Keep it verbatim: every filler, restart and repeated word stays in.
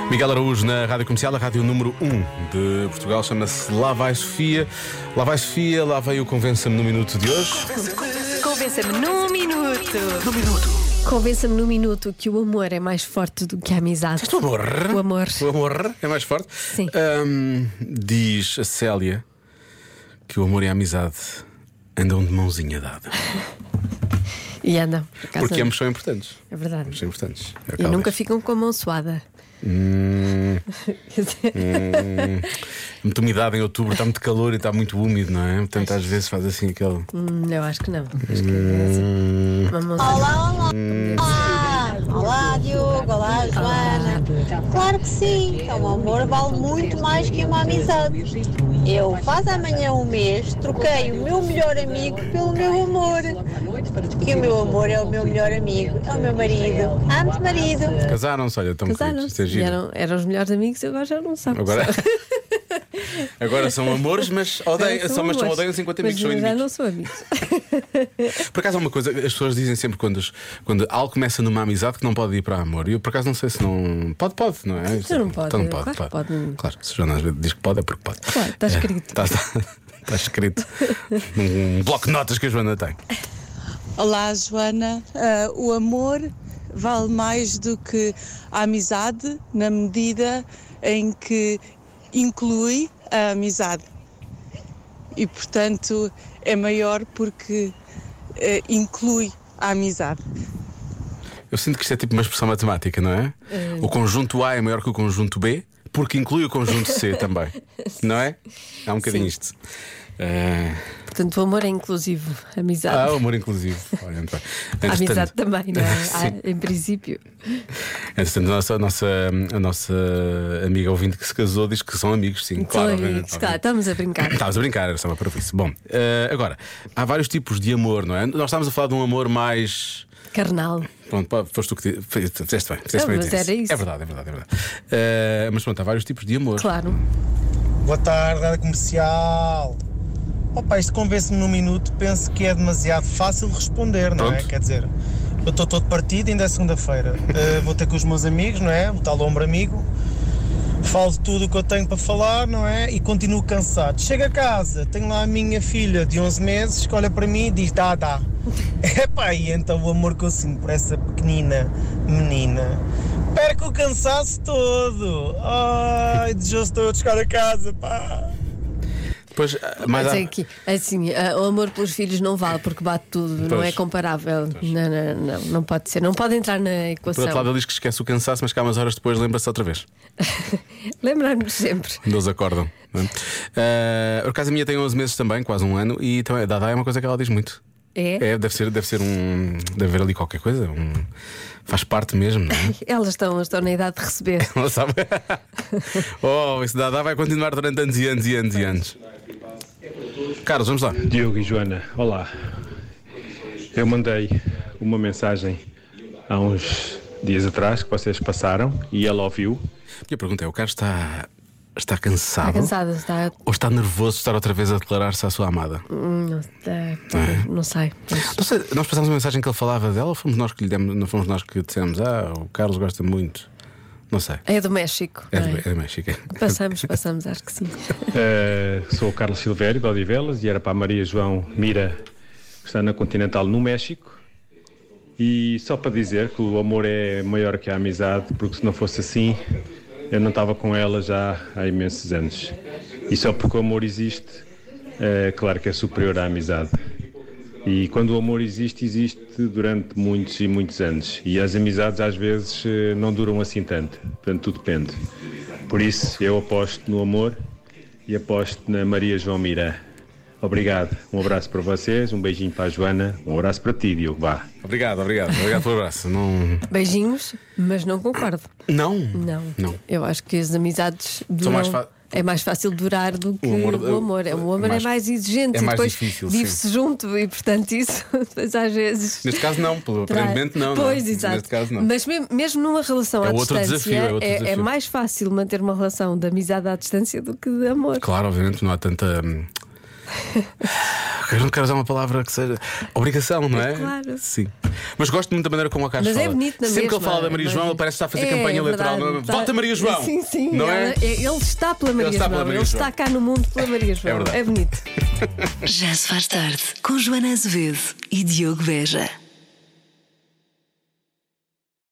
Miguel Araújo na Rádio Comercial, a rádio número um de Portugal, chama-se Lá Vai Sofia. Lá vai Sofia, lá veio o Convença-me no Minuto de hoje. Convença-me num minuto. Num minuto. Convença-me num minuto que o amor é mais forte do que a amizade. O amor? O amor. O amor é mais forte? Sim. Ahm, diz a Célia que o amor e a amizade andam de mãozinha dada. E andam. Porque ambos são importantes. É verdade. Ambos são importantes. É E nunca ficam com a mão suada. Hum, hum, muita umidade em outubro, está muito calor e está muito úmido, não é? Portanto, às vezes faz assim aquele. Hum, eu acho que não. Acho que é assim. Uma mão Olá, olá. Hum. Olá, olá Diogo, olá Joana. Claro que sim, o amor vale muito mais que uma amizade. Eu faz amanhã um mês troquei o meu melhor amigo pelo meu amor. E o meu amor é o meu melhor amigo, é o meu marido. Amo-te, marido. Casaram-se, olha, tão queridos. Isto é giro. eram, eram os melhores amigos e agora já não sabem. Agora, agora são amores, mas odeiam, são, mas são odeiam-se enquanto amigos, são mas já inimigos. não são amigos. Por acaso há uma coisa, as pessoas dizem sempre quando, quando algo começa numa amizade que não pode ir para amor. E eu por acaso não sei se não. Pode, pode, não é? Então não pode, Então não pode, claro que pode. Claro, se a Joana às vezes diz que pode, é porque pode. Claro, está escrito. Está, está, está escrito num bloco de notas que a Joana tem. Olá, Joana. Uh, o amor vale mais do que a amizade, na medida em que inclui a amizade. E, portanto, é maior porque uh, inclui a amizade. Eu sinto que isto é tipo uma expressão matemática, não é? É. O conjunto A é maior que o conjunto B, porque inclui o conjunto C também. Não é? Há um bocadinho Sim. isto. Uh... Portanto, o amor é inclusivo. A amizade. Ah, o amor inclusivo. Olha, muito bem. A amizade Entretanto- também, não é? Sim. Ah, em princípio. Entretanto, a nossa, a, nossa, a nossa amiga ouvinte que se casou diz que são amigos, sim, claro. Então, obviamente, se calhar, estamos a brincar. Estavas a brincar, era só uma parvoíce. Bom, eh, agora, há vários tipos de amor, não é? Nós estávamos a falar de um amor mais. Carnal. Pronto, pá, foste tu que te- fe- fizeste bem. Fizeste Não, bem mas dizer era isso. É verdade, é verdade, é verdade. Eh, mas pronto, há vários tipos de amor. Claro. Boa tarde, Rádio Comercial. Opa, isto convence-me num minuto, penso que é demasiado fácil responder, não é? Pronto. Quer dizer, eu estou todo partido, ainda é segunda-feira. Uh, vou ter com os meus amigos, não é? O tal ombro amigo. Falo de tudo o que eu tenho para falar, não é? E continuo cansado. Chego a casa, tenho lá a minha filha de onze meses que olha para mim e diz: dá, dá. Epá, e então o amor que eu sinto por essa pequenina menina. Perco o cansaço todo. Ai, desejoso estou eu de chegar a casa, pá. Depois, mais Mas há- é que, assim, ah, o amor pelos filhos não vale porque bate tudo, não Pois. é comparável. Não, não, não, não pode ser, não pode entrar na Por equação. outro lado, ele diz que esquece o cansaço, mas cá umas horas depois lembra-se outra vez. Lembrar-nos sempre. Eles acordam. Não é? Eh, por acaso a minha tem onze meses também, quase um ano, e também, Dada é uma coisa que ela diz muito. É? É, deve ser, deve ser um. Deve haver ali qualquer coisa. Um, faz parte mesmo, não é? Elas estão, estão na idade de receber. Ela sabe. Oh, esse Dada vai continuar durante anos e anos e anos e anos. Carlos, vamos lá. Diogo e Joana, olá. Eu mandei uma mensagem há uns dias atrás que vocês passaram e ela ouviu. Minha pergunta é: o Carlos está, está cansado? Está cansada, está. Ou está nervoso de estar outra vez a declarar-se à sua amada? Hum, Não, está- não sei. Mas- Não sei, nós passámos uma mensagem que ele falava dela ou fomos nós que lhe demos, não fomos nós que dissemos: ah, o Carlos gosta muito? Não sei. É do México. É não do, é? é do México. é. Passamos, passamos, acho que sim. Uh, sou o Carlos Silvério de Odivelas e era para a Maria João Mira, que está na Continental no México. E só para dizer que o amor é maior que a amizade, porque se não fosse assim, eu não estava com ela já há imensos anos. E só porque o amor existe, é claro que é superior à amizade. E quando o amor existe, existe durante muitos e muitos anos. E as amizades às vezes eh, não duram assim tanto. Portanto, tudo depende. Por isso, eu aposto no amor e aposto na Maria João Mira. Obrigado. Um abraço para vocês, um beijinho para a Joana, um abraço para ti, Diogo. Vá. Obrigado, obrigado. Obrigado pelo abraço. Não. Beijinhos, mas não concordo. Não? Não. Não. Eu acho que as amizades duram, mais fa- é mais fácil durar do que O o amor- amor. O amor, mais- é mais exigente é e mais depois difícil, vive-se junto e, portanto, isso depois às vezes. Neste caso, não. Pelo- trai- Aparentemente, não. não. Pois, exato. Neste caso, não. Mas mesmo, mesmo numa relação É à outro distância, desafio, é outro é, desafio. é mais fácil manter uma relação de amizade à distância do que de amor. Claro, obviamente, não há tanta. hum, Eu não quero usar uma palavra que seja obrigação, não é? É claro. Sim. Mas gosto muito da maneira como a Carlos Mas fala. é bonito na Sempre mesma, que ele fala da Maria mas- João, ele parece que está a fazer É, campanha é eleitoral. verdade, Não é? tá- Volta Maria João! Sim, sim. Não é? ela- ele está pela Maria está João. pela Maria ele João. está cá no mundo pela Maria João. verdade. É bonito. Já se faz tarde com Joana Azevedo e Diogo Beja.